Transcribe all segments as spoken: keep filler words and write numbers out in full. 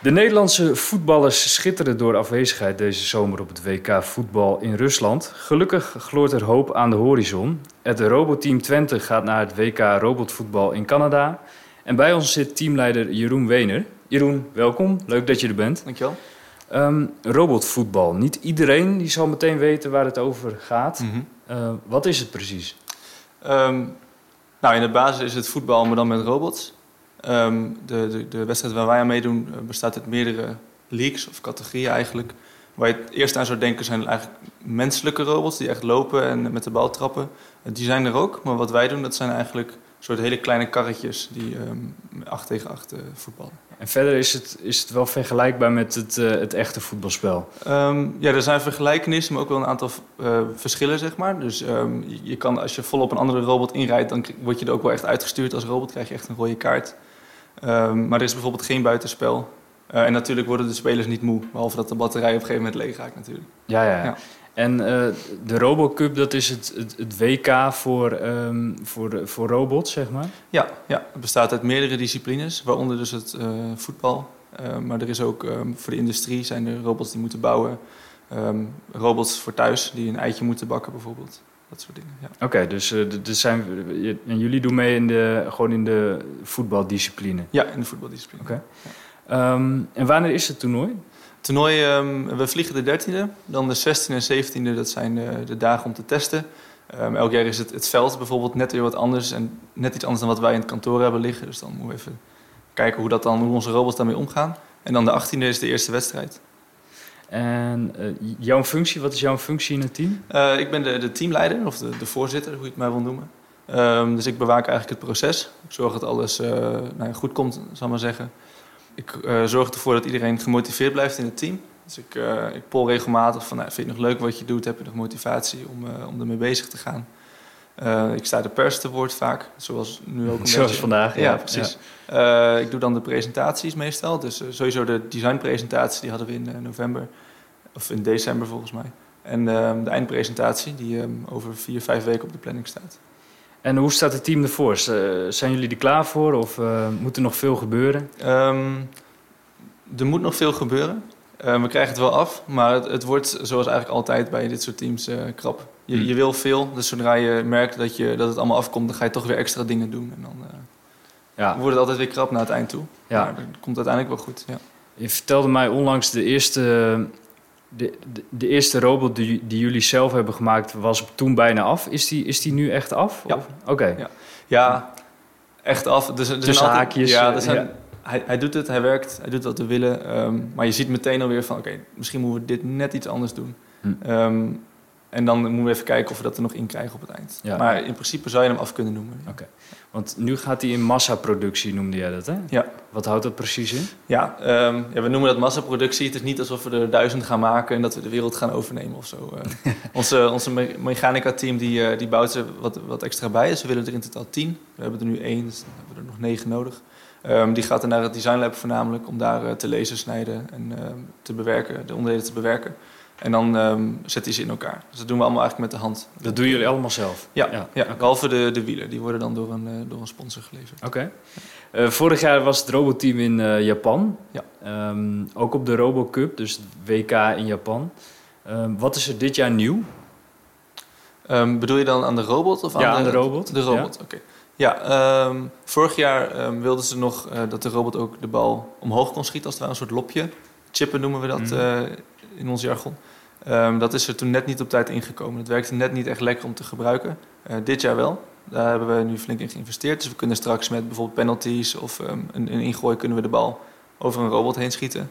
De Nederlandse voetballers schitteren door afwezigheid deze zomer op het W K voetbal in Rusland. Gelukkig gloort er hoop aan de horizon. Het robotteam Twente gaat naar het W K robotvoetbal in Canada. En bij ons zit teamleider Jeroen Weener. Jeroen, welkom. Leuk dat je er bent. Dankjewel. Um, robotvoetbal. Niet iedereen die zal meteen weten waar het over gaat. Mm-hmm. Uh, wat is het precies? Um, nou, in de basis is het voetbal, maar dan met robots. Um, de, de, de wedstrijd waar wij aan meedoen uh, bestaat uit meerdere leagues of categorieën eigenlijk. Waar je het eerst aan zou denken zijn eigenlijk menselijke robots die echt lopen en met de bal trappen. Uh, die zijn er ook, maar wat wij doen dat zijn eigenlijk soort hele kleine karretjes die um, acht tegen acht uh, voetballen. En verder is het, is het wel vergelijkbaar met het, uh, het echte voetbalspel? Um, ja, er zijn vergelijkenissen, maar ook wel een aantal uh, verschillen, zeg maar. Dus um, je kan, als je volop een andere robot inrijdt, dan word je er ook wel echt uitgestuurd als robot. Krijg je echt een rode kaart. Um, maar er is bijvoorbeeld geen buitenspel. Uh, en natuurlijk worden de spelers niet moe, behalve dat de batterij op een gegeven moment leeg raakt natuurlijk. Ja, ja. ja. En uh, de RoboCup, dat is het, het, het W K voor, um, voor, de, voor robots, zeg maar? Ja, ja, het bestaat uit meerdere disciplines, waaronder dus het uh, voetbal. Uh, maar er is ook um, voor de industrie zijn er robots die moeten bouwen. Um, robots voor thuis die een eitje moeten bakken bijvoorbeeld. Dat soort dingen, ja. Oké, okay, dus uh, er zijn, en jullie doen mee in de, gewoon in de voetbaldiscipline? Ja, in de voetbaldiscipline. Oké. Okay. Um, en wanneer is het toernooi? Het toernooi, um, we vliegen de dertiende, dan de zestiende en zeventiende, dat zijn de, de dagen om te testen. Um, elk jaar is het, het veld bijvoorbeeld net weer wat anders en net iets anders dan wat wij in het kantoor hebben liggen. Dus dan moeten we even kijken hoe, dat dan, hoe onze robots daarmee omgaan. En dan de achttiende is de eerste wedstrijd. En uh, jouw functie, wat is jouw functie in het team? Uh, ik ben de, de teamleider, of de, de voorzitter, hoe je het mij wil noemen. Um, dus ik bewaak eigenlijk het proces. Ik zorg dat alles uh, nou ja, goed komt, zal ik maar zeggen. Ik uh, zorg ervoor dat iedereen gemotiveerd blijft in het team. Dus ik, uh, ik poll regelmatig van, nou, vind je het nog leuk wat je doet? Heb je nog motivatie om, uh, om ermee bezig te gaan? Uh, ik sta de pers te woord vaak, zoals nu ook een Zoals beetje. vandaag. Ja, ja precies. Ja. Uh, ik doe dan de presentaties meestal. Dus uh, sowieso de designpresentatie, die hadden we in uh, november. Of in december volgens mij. En uh, de eindpresentatie, die um, over vier, vijf weken op de planning staat. En hoe staat het team ervoor? Uh, zijn jullie er klaar voor of uh, moet er nog veel gebeuren? Um, er moet nog veel gebeuren. Uh, we krijgen het wel af, maar het, het wordt zoals eigenlijk altijd bij dit soort teams uh, krap. Je, hmm. je wil veel, dus zodra je merkt dat, je, dat het allemaal afkomt, dan ga je toch weer extra dingen doen. En dan uh, ja. wordt het altijd weer krap naar het eind toe. Ja. Maar dat komt uiteindelijk wel goed. Ja. Je vertelde mij onlangs de eerste, de, de, de eerste robot die, die jullie zelf hebben gemaakt, was toen bijna af. Is die, is die nu echt af? Ja. Oké. Okay. Ja. ja, echt af. Dus, dus Tussen altijd, haakjes. Ja, er zijn, ja. Hij, hij doet het, hij werkt, hij doet wat we willen. Um, maar je ziet meteen alweer van, oké, okay, misschien moeten we dit net iets anders doen. Hm. Um, en dan moeten we even kijken of we dat er nog in krijgen op het eind. Ja. Maar in principe zou je hem af kunnen noemen. Oké. Okay. Want nu gaat hij in massaproductie, noemde jij dat, hè? Ja. Wat houdt dat precies in? Ja, um, ja, we noemen dat massaproductie. Het is niet alsof we er duizend gaan maken en dat we de wereld gaan overnemen of zo. Uh, onze onze me- mechanica-team die, uh, die bouwt er wat, wat extra bij. Dus we willen er in totaal tien. We hebben er nu één, dus dan hebben we er nog negen nodig. Um, die gaat er naar het Design Lab voornamelijk om daar uh, te lezen, snijden en uh, te bewerken, de onderdelen te bewerken. En dan um, zet hij ze in elkaar. Dus dat doen we allemaal eigenlijk met de hand. Dat doen jullie allemaal zelf? Ja, ja, ja okay. Behalve de, de wielen. Die worden dan door een, uh, door een sponsor geleverd. Oké. Okay. Uh, vorig jaar was het robotteam in uh, Japan. Ja. Um, ook op de RoboCup, dus het W K in Japan. Um, wat is er dit jaar nieuw? Um, bedoel je dan aan de robot? Of aan ja, de, aan de robot. De robot, ja. oké. Okay. Ja, um, vorig jaar um, wilden ze nog uh, dat de robot ook de bal omhoog kon schieten. Als het ware een soort lopje. Chippen noemen we dat mm. uh, in ons jargon. Um, dat is er toen net niet op tijd ingekomen. Het werkte net niet echt lekker om te gebruiken. Uh, dit jaar wel. Daar hebben we nu flink in geïnvesteerd. Dus we kunnen straks met bijvoorbeeld penalties of um, een, een ingooi kunnen we de bal over een robot heen schieten.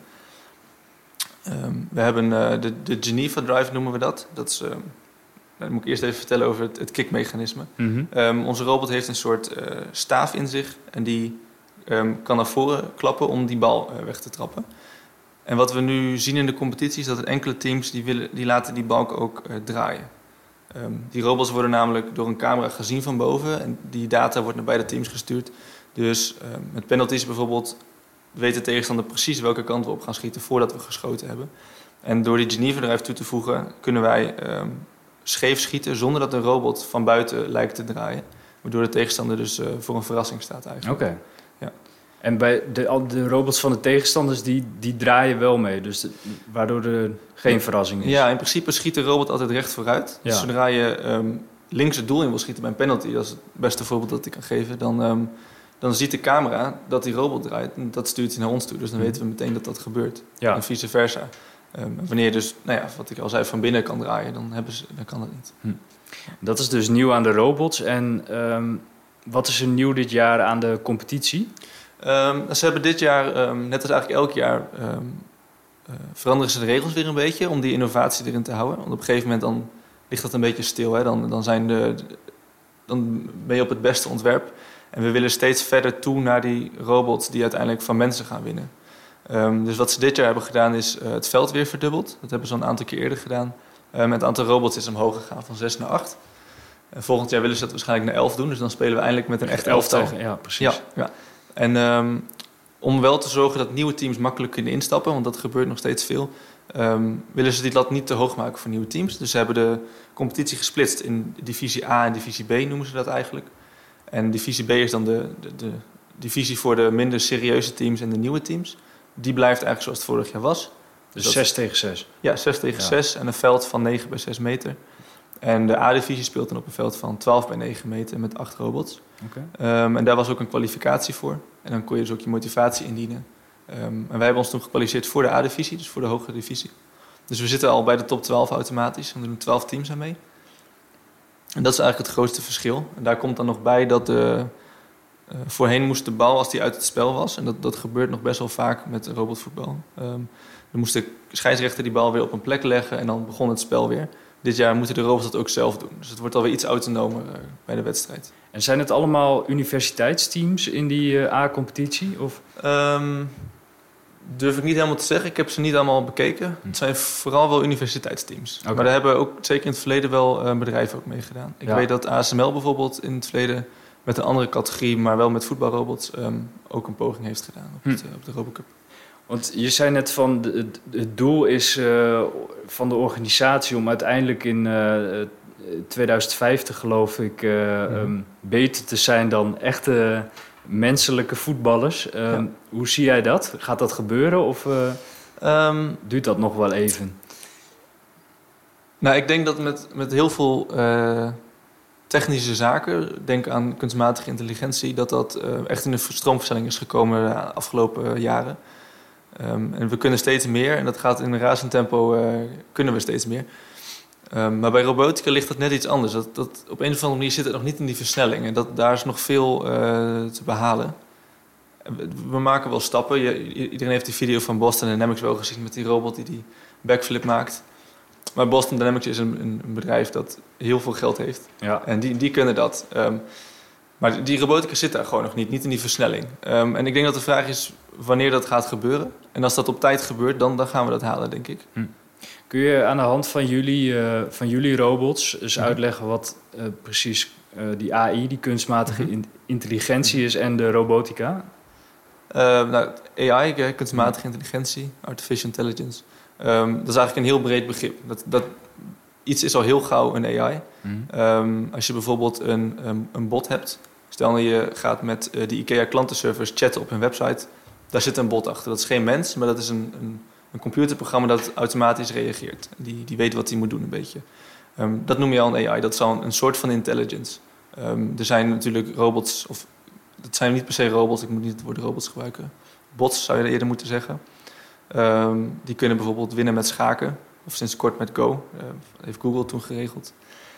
Um, we hebben uh, de, de Geneva Drive noemen we dat. Dat is... Um, Dan moet ik eerst even vertellen over het, het kickmechanisme. Mm-hmm. Um, onze robot heeft een soort uh, staaf in zich en die um, kan naar voren klappen om die bal uh, weg te trappen. En wat we nu zien in de competitie is dat er enkele teams die, willen, die laten die balk ook uh, draaien. Um, die robots worden namelijk door een camera gezien van boven en die data wordt naar beide teams gestuurd. Dus um, met penalties bijvoorbeeld weet de tegenstander precies welke kant we op gaan schieten voordat we geschoten hebben. En door die Geneva Drive toe te voegen kunnen wij um, scheef schieten zonder dat de robot van buiten lijkt te draaien. Waardoor de tegenstander dus uh, voor een verrassing staat eigenlijk. Oké. Okay. Ja. En bij de, de robots van de tegenstanders, die, die draaien wel mee. Dus de, waardoor er geen verrassing is. Ja, in principe schiet de robot altijd recht vooruit. Ja. Dus zodra je um, links het doel in wil schieten bij een penalty... dat is het beste voorbeeld dat ik kan geven... dan, um, dan ziet de camera dat die robot draait en dat stuurt hij naar ons toe. Dus dan hmm. weten we meteen dat dat gebeurt. Ja. En vice versa. Um, wanneer je dus, nou ja, wat ik al zei, van binnen kan draaien... dan, hebben ze, dan kan dat niet. Hmm. Dat is dus nieuw aan de robots. En um, wat is er nieuw dit jaar aan de competitie? Um, ze hebben dit jaar, um, net als eigenlijk elk jaar, um, uh, veranderen ze de regels weer een beetje om die innovatie erin te houden. Want op een gegeven moment dan ligt dat een beetje stil. Hè? Dan, dan, zijn de, dan ben je op het beste ontwerp. En we willen steeds verder toe naar die robots die uiteindelijk van mensen gaan winnen. Um, dus wat ze dit jaar hebben gedaan is uh, het veld weer verdubbeld. Dat hebben ze al een aantal keer eerder gedaan. Um, het aantal robots is omhoog gegaan van zes naar acht. En volgend jaar willen ze dat waarschijnlijk naar elf doen. Dus dan spelen we eindelijk met een echt elftal. Ja, precies. Ja, ja. En um, om wel te zorgen dat nieuwe teams makkelijk kunnen instappen, want dat gebeurt nog steeds veel, um, willen ze die lat niet te hoog maken voor nieuwe teams. Dus ze hebben de competitie gesplitst in divisie A en divisie B, noemen ze dat eigenlijk. En divisie B is dan de, de, de divisie voor de minder serieuze teams en de nieuwe teams. Die blijft eigenlijk zoals het vorig jaar was. Dus zes tegen zes? Ja, zes tegen zes en een veld van negen bij zes meter. En de A-divisie speelt dan op een veld van twaalf bij negen meter met acht robots. Okay. Um, en daar was ook een kwalificatie voor. En dan kon je dus ook je motivatie indienen. Um, en wij hebben ons toen gekwalificeerd voor de A-divisie, dus voor de hogere divisie. Dus we zitten al bij de top twaalf automatisch. En er doen twaalf teams aan mee. En dat is eigenlijk het grootste verschil. En daar komt dan nog bij dat de, uh, voorheen moest de bal, als die uit het spel was... en dat, dat gebeurt nog best wel vaak met robotvoetbal... Um, dan moest de scheidsrechter die bal weer op een plek leggen en dan begon het spel weer. Dit jaar moeten de robots dat ook zelf doen. Dus het wordt alweer iets autonomer uh, bij de wedstrijd. En zijn het allemaal universiteitsteams in die uh, A-competitie? Of? Um, durf ik niet helemaal te zeggen. Ik heb ze niet allemaal bekeken. Hm. Het zijn vooral wel universiteitsteams. Okay. Maar daar hebben ook zeker in het verleden wel uh, bedrijven ook mee gedaan. Ik ja. weet dat A S M L bijvoorbeeld in het verleden met een andere categorie, maar wel met voetbalrobots, um, ook een poging heeft gedaan op, hm. het, uh, op de RoboCup. Want je zei net van de, het doel is uh, van de organisatie om uiteindelijk in uh, tweeduizend vijftig geloof ik uh, mm. um, beter te zijn dan echte menselijke voetballers. Um, ja. Hoe zie jij dat? Gaat dat gebeuren of uh, um, duurt dat nog wel even? Nou, ik denk dat met, met heel veel uh, technische zaken, denk aan kunstmatige intelligentie, dat dat uh, echt in een stroomversnelling is gekomen de afgelopen uh, jaren. Um, en we kunnen steeds meer en dat gaat in een razend tempo, uh, kunnen we steeds meer. Um, maar bij robotica ligt dat net iets anders. Dat, dat, op een of andere manier zit het nog niet in die versnelling. En dat, daar is nog veel uh, te behalen. We, we maken wel stappen. Je, iedereen heeft die video van Boston Dynamics wel gezien met die robot die die backflip maakt. Maar Boston Dynamics is een, een, een bedrijf dat heel veel geld heeft. Ja. En die, die kunnen dat. Um, maar die robotica zit daar gewoon nog niet, niet in die versnelling. Um, en ik denk dat de vraag is wanneer dat gaat gebeuren. En als dat op tijd gebeurt, dan, dan gaan we dat halen, denk ik. Hm. Kun je aan de hand van jullie, uh, van jullie robots eens hm. uitleggen wat uh, precies uh, die A I, die kunstmatige hm. intelligentie is en de robotica? Uh, nou, A I, kunstmatige hm. intelligentie, artificial intelligence. Um, dat is eigenlijk een heel breed begrip. Dat, dat, iets is al heel gauw een A I. Hm. Um, als je bijvoorbeeld een, um, een bot hebt, stel dat je gaat met uh, die IKEA klantenservice chatten op hun website, daar zit een bot achter. Dat is geen mens, maar dat is een, een, een computerprogramma dat automatisch reageert. Die, die weet wat hij moet doen een beetje. Um, dat noem je al een A I. Dat is al een, een soort van intelligence. Um, er zijn natuurlijk robots, of dat zijn niet per se robots, ik moet niet het woord robots gebruiken. Bots zou je eerder moeten zeggen. Um, die kunnen bijvoorbeeld winnen met schaken, of sinds kort met Go. Uh, dat heeft Google toen geregeld.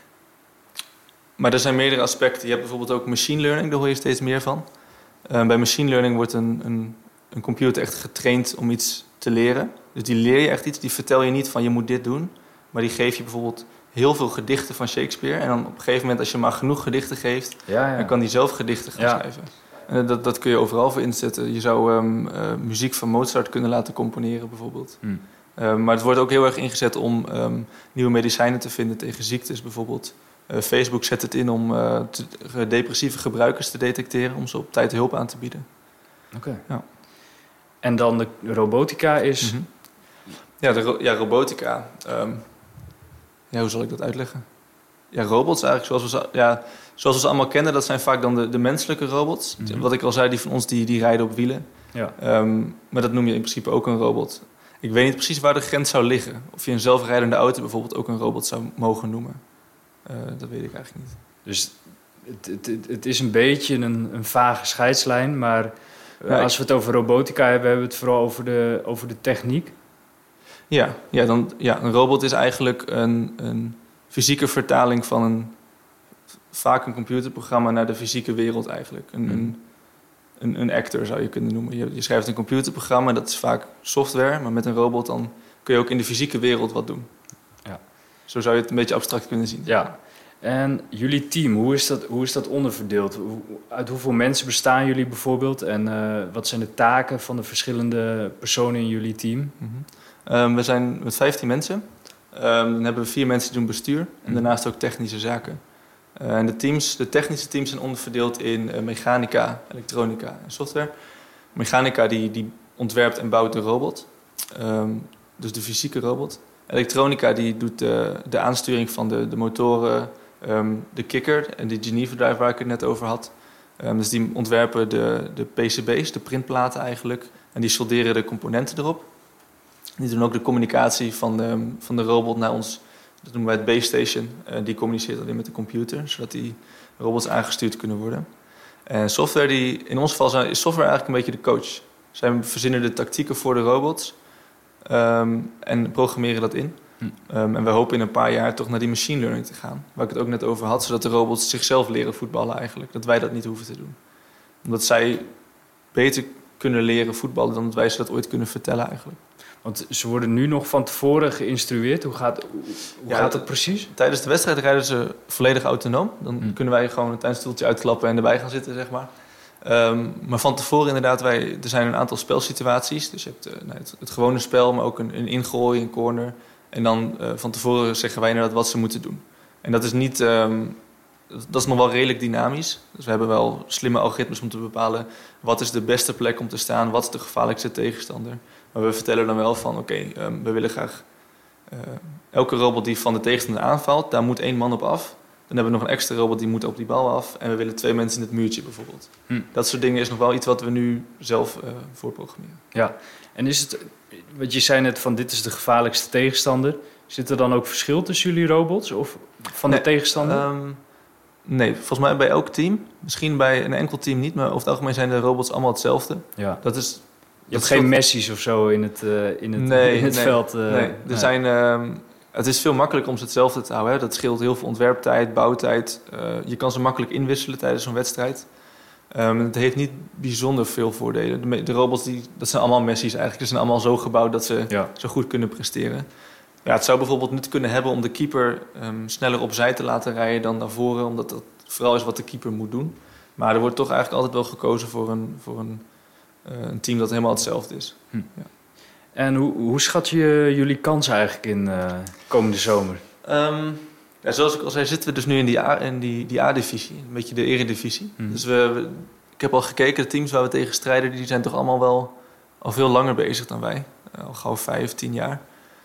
Maar er zijn meerdere aspecten. Je hebt bijvoorbeeld ook machine learning, daar hoor je steeds meer van. Uh, bij machine learning wordt een, een, een computer echt getraind om iets te leren. Dus die leer je echt iets, die vertel je niet van je moet dit doen. Maar die geef je bijvoorbeeld heel veel gedichten van Shakespeare. En dan op een gegeven moment, als je maar genoeg gedichten geeft, ja, ja. dan kan die zelf gedichten gaan ja. schrijven. En dat, dat kun je overal voor inzetten. Je zou um, uh, muziek van Mozart kunnen laten componeren bijvoorbeeld. Hmm. Uh, maar het wordt ook heel erg ingezet om um, nieuwe medicijnen te vinden tegen ziektes bijvoorbeeld. Uh, Facebook zet het in om uh, te, depressieve gebruikers te detecteren, om ze op tijd hulp aan te bieden. Oké. Okay. Ja. En dan de robotica is... Mm-hmm. Ja, de ro- ja, robotica. Um, ja, hoe zal ik dat uitleggen? ja, robots eigenlijk, zoals we, ze, ja, zoals we ze allemaal kennen. Dat zijn vaak dan de, de menselijke robots. Mm-hmm. Wat ik al zei, die van ons, die, die rijden op wielen. Ja. Um, maar dat noem je in principe ook een robot. Ik weet niet precies waar de grens zou liggen. Of je een zelfrijdende auto bijvoorbeeld ook een robot zou mogen noemen. Uh, dat weet ik eigenlijk niet. Dus het, het, het is een beetje een, een vage scheidslijn. Maar ja, als we het over robotica hebben, hebben we het vooral over de, over de techniek. Ja, ja, dan, ja, een robot is eigenlijk een, een fysieke vertaling van een, vaak een computerprogramma naar de fysieke wereld eigenlijk. Een, mm. een, een, een actor zou je kunnen noemen. Je, je schrijft een computerprogramma, dat is vaak software, maar met een robot dan kun je ook in de fysieke wereld wat doen. Ja. Zo zou je het een beetje abstract kunnen zien. Ja. En jullie team, hoe is dat, hoe is dat onderverdeeld? Uit hoeveel mensen bestaan jullie bijvoorbeeld? En uh, wat zijn de taken van de verschillende personen in jullie team? Mm-hmm. Um, we zijn met vijftien mensen. Um, dan hebben we vier mensen die doen bestuur. En daarnaast ook technische zaken. Uh, en de, teams, de technische teams zijn onderverdeeld in uh, mechanica, elektronica en software. Mechanica die, die ontwerpt en bouwt de robot. Um, dus de fysieke robot. Elektronica die doet de, de aansturing van de, de motoren, um, de kikker en de Geneva drive waar ik het net over had. Um, dus die ontwerpen de, de P C B's, de printplaten eigenlijk. En die solderen de componenten erop. Die doen ook de communicatie van de, van de robot naar ons, dat noemen wij het base station. Uh, die communiceert alleen met de computer, zodat die robots aangestuurd kunnen worden. En software, die, in ons geval is software eigenlijk een beetje de coach. Zij verzinnen de tactieken voor de robots um, en programmeren dat in. Hm. Um, en we hopen in een paar jaar toch naar die machine learning te gaan, waar ik het ook net over had, zodat de robots zichzelf leren voetballen eigenlijk. Dat wij dat niet hoeven te doen. Omdat zij beter kunnen leren voetballen dan dat wij ze dat ooit kunnen vertellen eigenlijk. Want ze worden nu nog van tevoren geïnstrueerd. Hoe gaat, hoe ja, gaat dat precies? Tijdens de wedstrijd rijden ze volledig autonoom. Dan hmm. kunnen wij gewoon een tuinstoeltje uitklappen en erbij gaan zitten, zeg maar. Um, maar van tevoren inderdaad, wij, er zijn een aantal spelsituaties. Dus je hebt uh, nou, het, het gewone spel, maar ook een, een ingooi, een corner. En dan uh, van tevoren zeggen wij inderdaad wat ze moeten doen. En dat is niet... Um, dat is nog wel redelijk dynamisch. Dus we hebben wel slimme algoritmes om te bepalen wat is de beste plek om te staan, wat is de gevaarlijkste tegenstander. Maar we vertellen dan wel van oké, okay, um, we willen graag uh, elke robot die van de tegenstander aanvalt, daar moet één man op af. Dan hebben we nog een extra robot die moet op die bal af. En we willen twee mensen in het muurtje bijvoorbeeld. Hm. Dat soort dingen is nog wel iets wat we nu zelf uh, voorprogrammeren. Ja, en is het, wat je zei net van dit is de gevaarlijkste tegenstander. Zit er dan ook verschil tussen jullie robots of van nee, de tegenstander? Um, nee, volgens mij bij elk team. Misschien bij een enkel team niet, maar over het algemeen zijn de robots allemaal hetzelfde. Ja. Dat is... Je hebt geen Messi's of zo in het, uh, in het, nee, in het nee, veld. Uh, nee, er nee. zijn... Uh, Het is veel makkelijker om ze hetzelfde te houden. Hè. Dat scheelt heel veel ontwerptijd, bouwtijd. Uh, je kan ze makkelijk inwisselen tijdens zo'n wedstrijd. Um, het heeft niet bijzonder veel voordelen. De, de robots, die, dat zijn allemaal Messi's eigenlijk. Ze zijn allemaal zo gebouwd dat ze ja. zo goed kunnen presteren. Ja, het zou bijvoorbeeld nut kunnen hebben om de keeper um, sneller opzij te laten rijden dan naar voren. Omdat dat vooral is wat de keeper moet doen. Maar er wordt toch eigenlijk altijd wel gekozen voor een, voor een, uh, een team dat helemaal hetzelfde is. Hm. Ja. En hoe, hoe schat je jullie kans eigenlijk in uh, komende zomer? Um, ja, zoals ik al zei, zitten we dus nu in die, A, in die, die A-divisie. Een beetje de eredivisie. Mm. Dus we, we, ik heb al gekeken, de teams waar we tegen strijden, die zijn toch allemaal wel al veel langer bezig dan wij. Uh, al gauw vijf, tien jaar.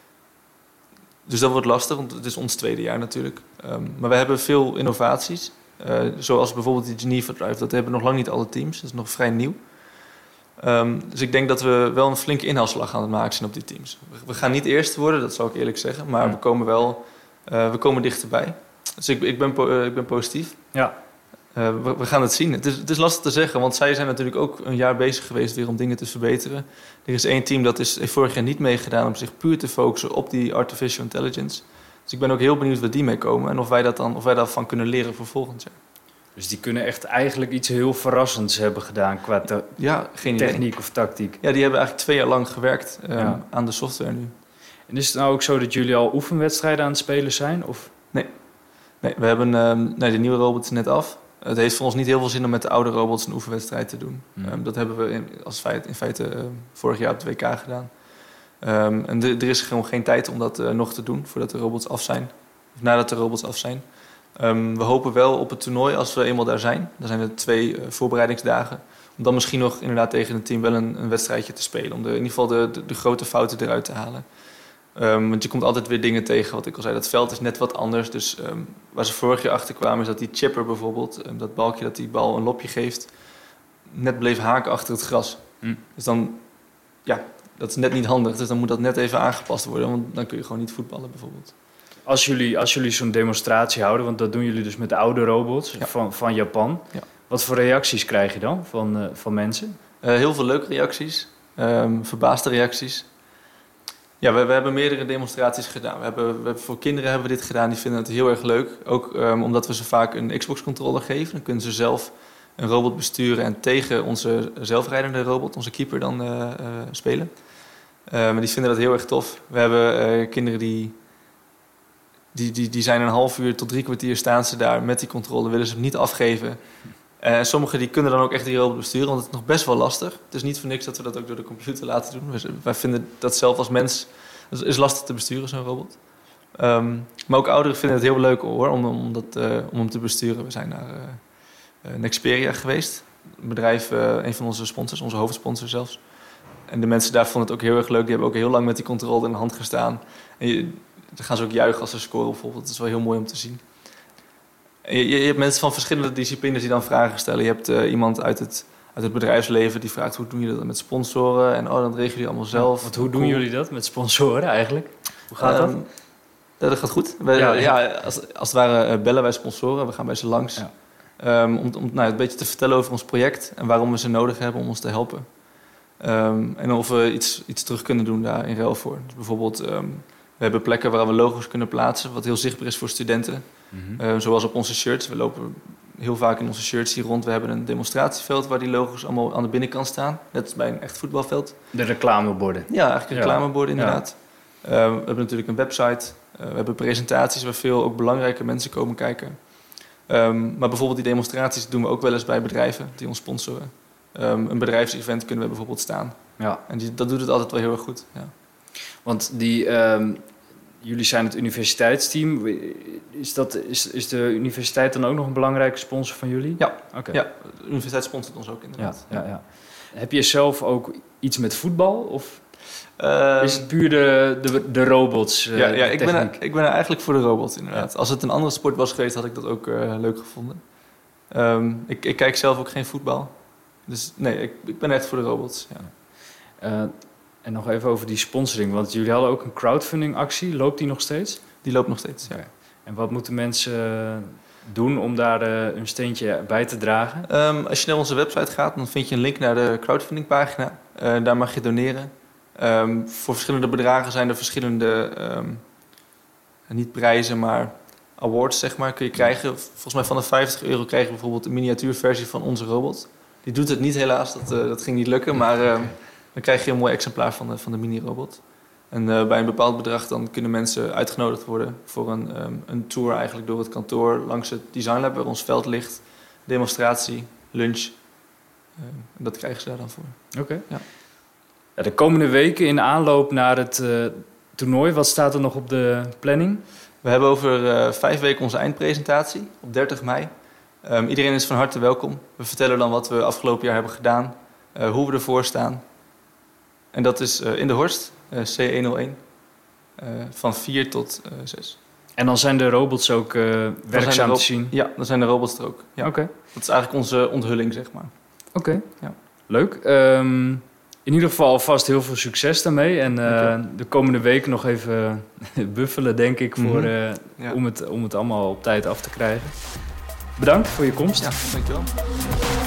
Dus dat wordt lastig, want het is ons tweede jaar natuurlijk. Um, maar we hebben veel innovaties. Uh, zoals bijvoorbeeld die Geneva Drive. Dat hebben nog lang niet alle teams. Dat is nog vrij nieuw. Um, dus ik denk dat we wel een flinke inhaalslag aan het maken zijn op die teams. We gaan niet eerst worden, dat zal ik eerlijk zeggen. Maar ja. we komen wel uh, we komen dichterbij. Dus ik, ik, ben, po- uh, ik ben positief. Ja. Uh, we, we gaan het zien. Het is, het is lastig te zeggen, want zij zijn natuurlijk ook een jaar bezig geweest weer om dingen te verbeteren. Er is één team dat is, heeft vorig jaar niet meegedaan om zich puur te focussen op die artificial intelligence. Dus ik ben ook heel benieuwd wat die mee komen en of wij, dat dan, of wij daarvan kunnen leren voor volgend jaar. Dus die kunnen echt eigenlijk iets heel verrassends hebben gedaan qua te- ja, geen techniek idee. of tactiek. Ja, die hebben eigenlijk twee jaar lang gewerkt um, ja. aan de software nu. En is het nou ook zo dat jullie al oefenwedstrijden aan het spelen zijn? Of? Nee. nee, we hebben um, nee, de nieuwe robot is net af. Het heeft voor ons niet heel veel zin om met de oude robots een oefenwedstrijd te doen. Mm. Um, dat hebben we in, als feit, in feite uh, vorig jaar op de W K gedaan. Um, en de, er is gewoon geen tijd om dat uh, nog te doen voordat de robots af zijn. Of nadat de robots af zijn. Um, we hopen wel op het toernooi, als we eenmaal daar zijn, dan zijn er twee uh, voorbereidingsdagen, om dan misschien nog inderdaad tegen een team wel een, een wedstrijdje te spelen. Om de, in ieder geval de, de, de grote fouten eruit te halen. Um, want je komt altijd weer dingen tegen, wat ik al zei. Dat veld is net wat anders. Dus um, waar ze vorig jaar achter kwamen is dat die chipper bijvoorbeeld... Um, dat balkje dat die bal een lopje geeft... net bleef haken achter het gras. Mm. Dus dan... Ja, dat is net niet handig. Dus dan moet dat net even aangepast worden. Want dan kun je gewoon niet voetballen bijvoorbeeld. Als jullie, als jullie zo'n demonstratie houden... want dat doen jullie dus met de oude robots ja. van, van Japan... Ja. Wat voor reacties krijg je dan van, uh, van mensen? Uh, heel veel leuke reacties. Um, verbaasde reacties. Ja, we, we hebben meerdere demonstraties gedaan. We hebben, we hebben, voor kinderen hebben we dit gedaan. Die vinden het heel erg leuk. Ook um, omdat we ze vaak een Xbox-controller geven. Dan kunnen ze zelf een robot besturen... en tegen onze zelfrijdende robot, onze keeper, dan uh, uh, spelen. Uh, maar die vinden dat heel erg tof. We hebben uh, kinderen die, die, die... Die zijn een half uur tot drie kwartier staan ze daar met die controller. Willen ze hem niet afgeven... En uh, sommigen die kunnen dan ook echt die robot besturen, want het is nog best wel lastig. Het is niet voor niks dat we dat ook door de computer laten doen. Dus wij vinden dat zelf als mens is, is lastig te besturen, zo'n robot. Um, maar ook ouderen vinden het heel leuk hoor, om, om, dat, uh, om hem te besturen. We zijn naar uh, uh, Nexperia geweest. Een bedrijf, uh, een van onze sponsors, onze hoofdsponsor zelfs. En de mensen daar vonden het ook heel erg leuk. Die hebben ook heel lang met die controle in de hand gestaan. En je, dan gaan ze ook juichen als ze scoren bijvoorbeeld. Dat is wel heel mooi om te zien. Je, je hebt mensen van verschillende disciplines die dan vragen stellen. Je hebt uh, iemand uit het, uit het bedrijfsleven die vraagt... hoe doen jullie dat met sponsoren? En oh, dat regelen jullie allemaal zelf. Want hoe doen cool. jullie dat met sponsoren eigenlijk? Hoe gaat um, dat? Ja, dat gaat goed. We, ja, ja, als, als het ware uh, bellen wij sponsoren. We gaan bij ze langs. Ja. Um, om om nou, een beetje te vertellen over ons project... en waarom we ze nodig hebben om ons te helpen. Um, en of we iets, iets terug kunnen doen daar in ruil voor. Dus bijvoorbeeld... Um, we hebben plekken waar we logo's kunnen plaatsen... wat heel zichtbaar is voor studenten... Mm-hmm. Uh, zoals op onze shirts. We lopen heel vaak in onze shirts hier rond. We hebben een demonstratieveld waar die logo's allemaal aan de binnenkant staan. Net als bij een echt voetbalveld. De reclameborden. Ja, eigenlijk reclameborden ja. inderdaad. Ja. Uh, we hebben natuurlijk een website. Uh, we hebben presentaties waar veel ook belangrijke mensen komen kijken. Um, maar bijvoorbeeld die demonstraties doen we ook wel eens bij bedrijven die ons sponsoren. Um, een bedrijfsevent kunnen we bijvoorbeeld staan. Ja. En die, dat doet het altijd wel heel erg goed. Ja. Want die... Um... Jullie zijn het universiteitsteam. Is, dat, is, is de universiteit dan ook nog een belangrijke sponsor van jullie? Ja, okay. ja de universiteit sponsort ons ook inderdaad. Ja, ja, ja. Heb je zelf ook iets met voetbal? Of um, is het puur de, de, de robots? Uh, ja, ja ik, ben er, ik ben er eigenlijk voor de robots inderdaad. Ja. Als het een andere sport was geweest, had ik dat ook uh, leuk gevonden. Um, ik, ik kijk zelf ook geen voetbal. Dus nee, ik, ik ben echt voor de robots. Ja. Uh, En nog even over die sponsoring, want jullie hadden ook een crowdfunding actie. Loopt die nog steeds? Die loopt nog steeds, ja. Okay. En wat moeten mensen doen om daar uh, een steentje bij te dragen? Um, als je naar onze website gaat, dan vind je een link naar de crowdfunding pagina. Uh, daar mag je doneren. Um, voor verschillende bedragen zijn er verschillende, um, niet prijzen, maar awards, zeg maar, kun je krijgen. Volgens mij van de vijftig euro krijg je bijvoorbeeld een miniatuurversie van onze robot. Die doet het niet helaas, dat, uh, dat ging niet lukken, maar... Uh, Dan krijg je een mooi exemplaar van de, van de mini-robot. En uh, bij een bepaald bedrag dan kunnen mensen uitgenodigd worden... voor een, um, een tour eigenlijk door het kantoor... langs het designlab waar ons veld ligt. Demonstratie, lunch. Uh, en dat krijgen ze daar dan voor. Oké. Okay. Ja. Ja, de komende weken in aanloop naar het uh, toernooi... wat staat er nog op de planning? We hebben over uh, vijf weken onze eindpresentatie. Op dertig mei. Um, iedereen is van harte welkom. We vertellen dan wat we afgelopen jaar hebben gedaan. Uh, hoe we ervoor staan... En dat is uh, in de Horst, uh, C honderdéén, uh, van vier tot uh, zes. En dan zijn de robots ook uh, werkzaam ro- te zien? Ja, dan zijn de robots er ook. Ja. Oké. Okay. Dat is eigenlijk onze onthulling, zeg maar. Oké, okay. Ja. Leuk. Um, in ieder geval alvast heel veel succes daarmee. En uh, okay. de komende weken nog even buffelen, denk ik, voor, mm-hmm. uh, ja. om, het, om het allemaal op tijd af te krijgen. Bedankt voor je komst. Ja, dankjewel.